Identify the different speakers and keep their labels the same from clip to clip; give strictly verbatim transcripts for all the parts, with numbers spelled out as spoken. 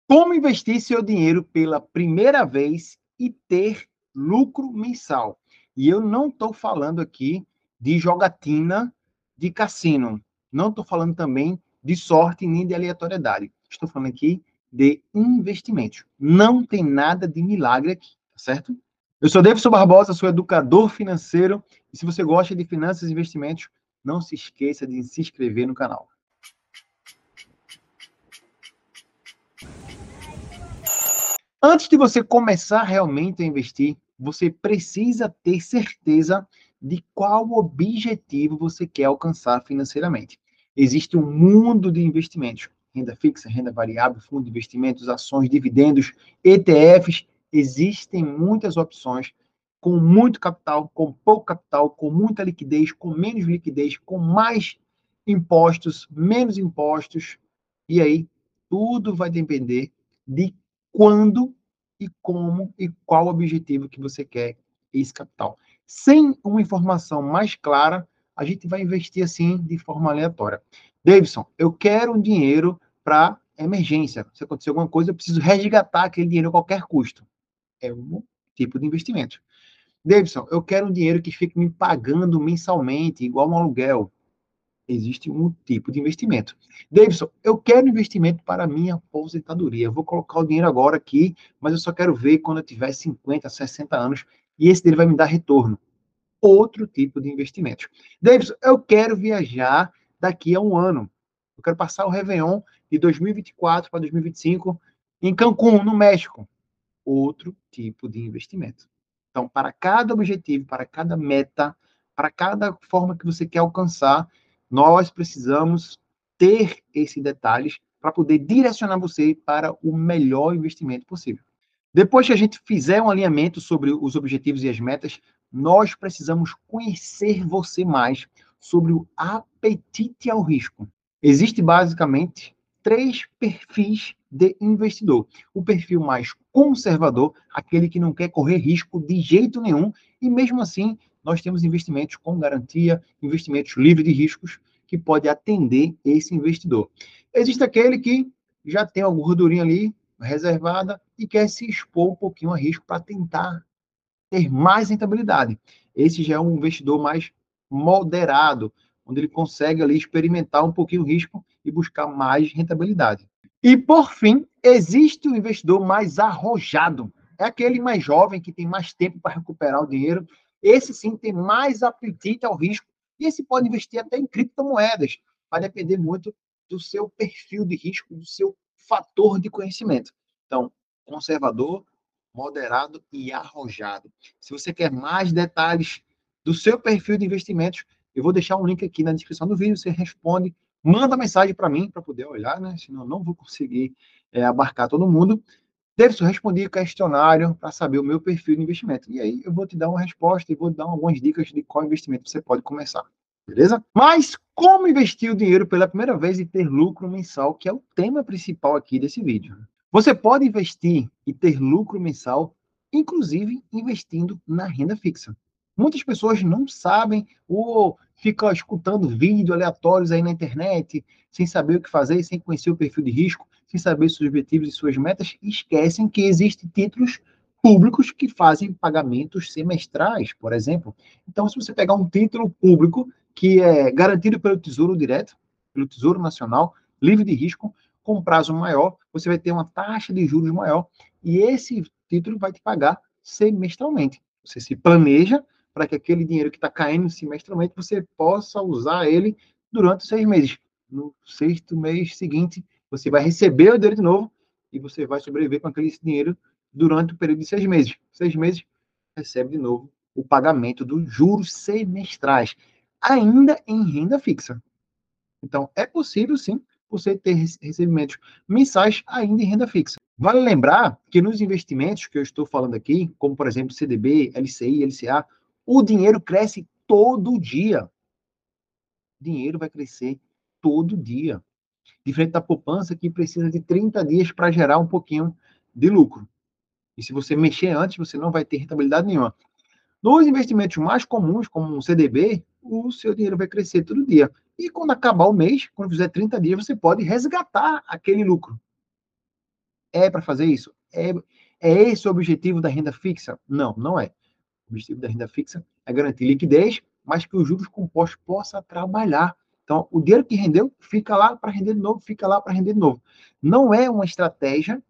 Speaker 1: Como investir seu dinheiro pela primeira vez e ter lucro mensal? E eu não estou falando aqui de jogatina de cassino. Não estou falando também de sorte nem de aleatoriedade. Estou falando aqui de investimentos. Não tem nada de milagre aqui, tá certo? Eu sou Davidson Barbosa, sou educador financeiro. E se você gosta de finanças e investimentos, não se esqueça de se inscrever no canal. Antes de você começar realmente a investir, você precisa ter certeza de qual objetivo você quer alcançar financeiramente. Existe um mundo de investimentos, renda fixa, renda variável, fundo de investimentos, ações, dividendos, E T Fs. Existem muitas opções com muito capital, com pouco capital, com muita liquidez, com menos liquidez, com mais impostos, menos impostos. E aí, tudo vai depender de quando e como e qual objetivo que você quer esse capital. Sem uma informação mais clara, a gente vai investir assim de forma aleatória. Davidson, eu quero um dinheiro para emergência. Se acontecer alguma coisa, eu preciso resgatar aquele dinheiro a qualquer custo. É um tipo de investimento. Davidson, eu quero um dinheiro que fique me pagando mensalmente, igual um aluguel. Existe um tipo de investimento. Davidson, eu quero investimento para a minha aposentadoria. Eu vou colocar o dinheiro agora aqui, mas eu só quero ver quando eu tiver cinquenta, sessenta anos e esse dele vai me dar retorno. Outro tipo de investimento. Davidson, eu quero viajar daqui a um ano. Eu quero passar o Réveillon de dois mil e vinte e quatro para dois mil e vinte e cinco em Cancún, no México. Outro tipo de investimento. Então, para cada objetivo, para cada meta, para cada forma que você quer alcançar, nós precisamos ter esses detalhes para poder direcionar você para o melhor investimento possível. Depois que a gente fizer um alinhamento sobre os objetivos e as metas, nós precisamos conhecer você mais sobre o apetite ao risco. Existe basicamente três perfis de investidor. O perfil mais conservador, aquele que não quer correr risco de jeito nenhum, e mesmo assim nós temos investimentos com garantia, investimentos livres de riscos, que pode atender esse investidor. Existe aquele que já tem uma gordurinha ali reservada e quer se expor um pouquinho a risco para tentar ter mais rentabilidade. Esse já é um investidor mais moderado, onde ele consegue ali experimentar um pouquinho o risco e buscar mais rentabilidade. E, por fim, existe o investidor mais arrojado. É aquele mais jovem que tem mais tempo para recuperar o dinheiro. Esse sim tem mais apetite ao risco. E esse pode investir até em criptomoedas. Vai depender muito do seu perfil de risco, do seu fator de conhecimento. Então, conservador, moderado e arrojado. Se você quer mais detalhes do seu perfil de investimentos, eu vou deixar um link aqui na descrição do vídeo, você responde, manda mensagem para mim, para poder olhar, né? Senão eu não vou conseguir é, abarcar todo mundo. Davidson, respondi o questionário para saber o meu perfil de investimento. E aí eu vou te dar uma resposta e vou dar algumas dicas de qual investimento você pode começar. Beleza? Mas como investir o dinheiro pela primeira vez e ter lucro mensal, que é o tema principal aqui desse vídeo. Você pode investir e ter lucro mensal, inclusive investindo na renda fixa. Muitas pessoas não sabem ou ficam escutando vídeos aleatórios aí na internet, sem saber o que fazer, sem conhecer o perfil de risco, sem saber seus objetivos e suas metas, e esquecem que existem títulos públicos que fazem pagamentos semestrais, por exemplo. Então, se você pegar um título público que é garantido pelo Tesouro Direto, pelo Tesouro Nacional, livre de risco, com prazo maior, você vai ter uma taxa de juros maior e esse título vai te pagar semestralmente. Você se planeja para que aquele dinheiro que está caindo semestralmente, você possa usar ele durante seis meses. No sexto mês seguinte, você vai receber o dinheiro de novo e você vai sobreviver com aquele dinheiro durante o período de seis meses. Seis meses, recebe de novo o pagamento dos juros semestrais, ainda em renda fixa. Então, é possível, sim, você ter recebimentos mensais ainda em renda fixa. Vale lembrar que nos investimentos que eu estou falando aqui, como, por exemplo, C D B, L C I, L C A, o dinheiro cresce todo dia. O dinheiro vai crescer todo dia. Diferente da poupança, que precisa de trinta dias para gerar um pouquinho de lucro. E se você mexer antes, você não vai ter rentabilidade nenhuma. Nos investimentos mais comuns, como um C D B, o seu dinheiro vai crescer todo dia. E quando acabar o mês, quando fizer trinta dias, você pode resgatar aquele lucro. É para fazer isso? É, é esse o objetivo da renda fixa? Não, não é. O objetivo da renda fixa é garantir liquidez, mas que os juros compostos possam trabalhar. Então, o dinheiro que rendeu fica lá para render de novo, fica lá para render de novo. Não é uma estratégia,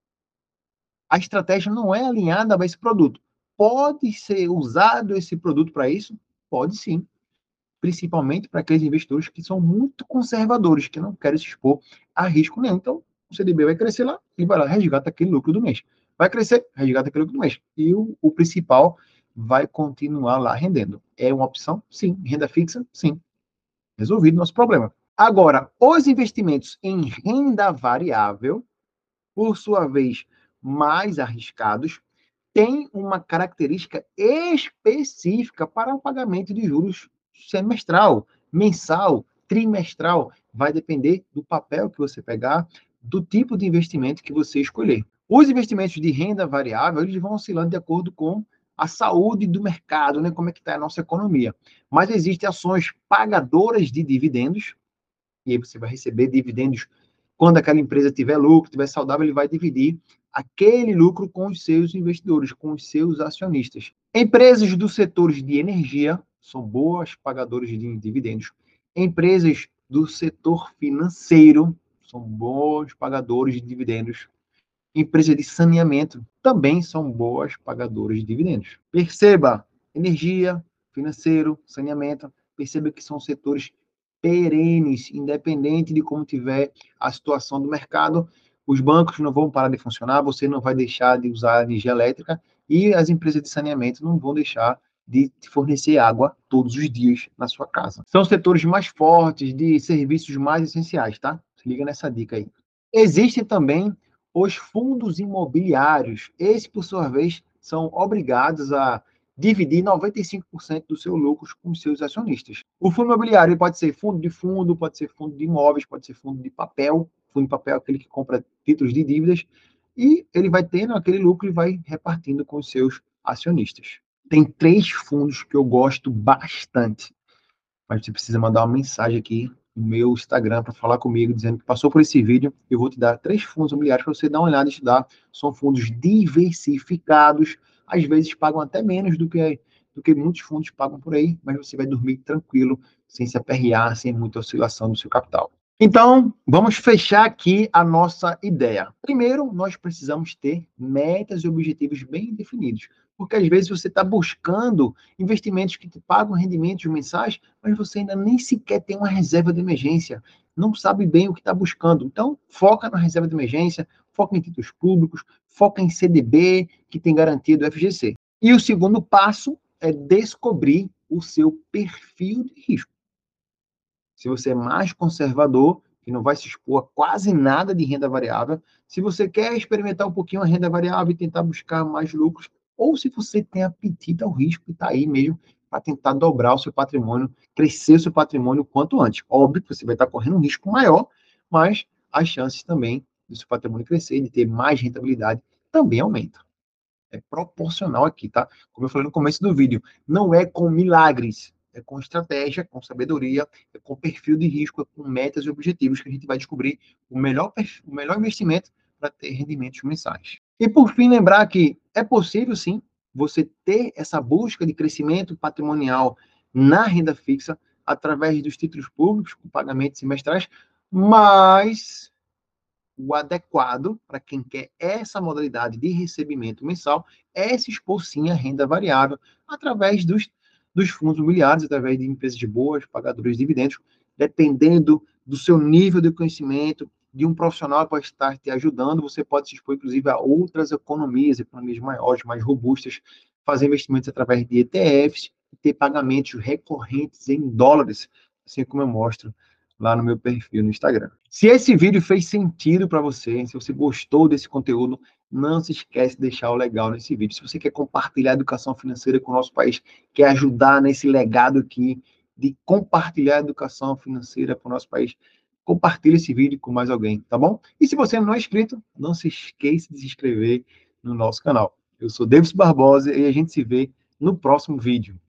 Speaker 1: a estratégia não é alinhada a esse produto. Pode ser usado esse produto para isso? Pode sim, principalmente para aqueles investidores que são muito conservadores, que não querem se expor a risco nenhum. Então, o C D B vai crescer lá e vai lá, resgata aquele lucro do mês. Vai crescer, resgata aquele lucro do mês. E o, o principal vai continuar lá rendendo. É uma opção? Sim. Renda fixa? Sim. Resolvido nosso problema. Agora, os investimentos em renda variável, por sua vez, mais arriscados, tem uma característica específica para o pagamento de juros semestral, mensal, trimestral. Vai depender do papel que você pegar, do tipo de investimento que você escolher. Os investimentos de renda variável, eles vão oscilando de acordo com a saúde do mercado, né? Como é que está a nossa economia. Mas existem ações pagadoras de dividendos, e aí você vai receber dividendos quando aquela empresa tiver lucro, tiver saudável, ele vai dividir aquele lucro com os seus investidores, com os seus acionistas. Empresas do setor de energia são boas pagadoras de dividendos. Empresas do setor financeiro são bons pagadores de dividendos. Empresas de saneamento também são boas pagadoras de dividendos. Perceba, energia, financeiro, saneamento, perceba que são setores perenes, independente de como tiver a situação do mercado. Os bancos não vão parar de funcionar, você não vai deixar de usar energia elétrica e as empresas de saneamento não vão deixar de fornecer água todos os dias na sua casa. São setores mais fortes, de serviços mais essenciais, tá? Se liga nessa dica aí. Existem também os fundos imobiliários. Esses, por sua vez, são obrigados a dividir noventa e cinco por cento dos seus lucros com os seus acionistas. O fundo imobiliário pode ser fundo de fundo, pode ser fundo de imóveis, pode ser fundo de papel. Fundo de papel é aquele que compra títulos de dívidas e ele vai tendo aquele lucro e vai repartindo com os seus acionistas. Tem três fundos que eu gosto bastante, mas você precisa mandar uma mensagem aqui no meu Instagram para falar comigo, dizendo que passou por esse vídeo. Eu vou te dar três fundos imobiliários para você dar uma olhada e estudar. São fundos diversificados, às vezes pagam até menos do que, do que muitos fundos pagam por aí, mas você vai dormir tranquilo, sem se aperrear, sem muita oscilação do seu capital. Então, vamos fechar aqui a nossa ideia. Primeiro, nós precisamos ter metas e objetivos bem definidos, porque às vezes você está buscando investimentos que te pagam rendimentos mensais, mas você ainda nem sequer tem uma reserva de emergência, não sabe bem o que está buscando. Então, foca na reserva de emergência, foca em títulos públicos, foca em C D B, que tem garantia do F G C. E o segundo passo é descobrir o seu perfil de risco. Se você é mais conservador, que não vai se expor a quase nada de renda variável, se você quer experimentar um pouquinho a renda variável e tentar buscar mais lucros, ou se você tem apetite ao risco e está aí mesmo para tentar dobrar o seu patrimônio, crescer o seu patrimônio o quanto antes. Óbvio que você vai estar correndo um risco maior, mas as chances também do seu patrimônio crescer, de ter mais rentabilidade, também aumentam. É proporcional aqui, tá? Como eu falei no começo do vídeo, não é com milagres, é com estratégia, com sabedoria, é com perfil de risco, é com metas e objetivos que a gente vai descobrir o melhor, o melhor investimento para ter rendimentos mensais. E por fim, lembrar que é possível sim você ter essa busca de crescimento patrimonial na renda fixa através dos títulos públicos com pagamentos semestrais, mas o adequado para quem quer essa modalidade de recebimento mensal é se expor sim à renda variável através dos, dos fundos imobiliários, através de empresas boas, pagadoras de dividendos, dependendo do seu nível de conhecimento, de um profissional que pode estar te ajudando, você pode se expor, inclusive, a outras economias, economias maiores, mais robustas, fazer investimentos através de E T Fs, e ter pagamentos recorrentes em dólares, assim como eu mostro lá no meu perfil no Instagram. Se esse vídeo fez sentido para você, se você gostou desse conteúdo, não se esquece de deixar o legal nesse vídeo. Se você quer compartilhar a educação financeira com o nosso país, quer ajudar nesse legado aqui de compartilhar a educação financeira com o nosso país, compartilhe esse vídeo com mais alguém, tá bom? E se você não é inscrito, não se esqueça de se inscrever no nosso canal. Eu sou Davis Barbosa e a gente se vê no próximo vídeo.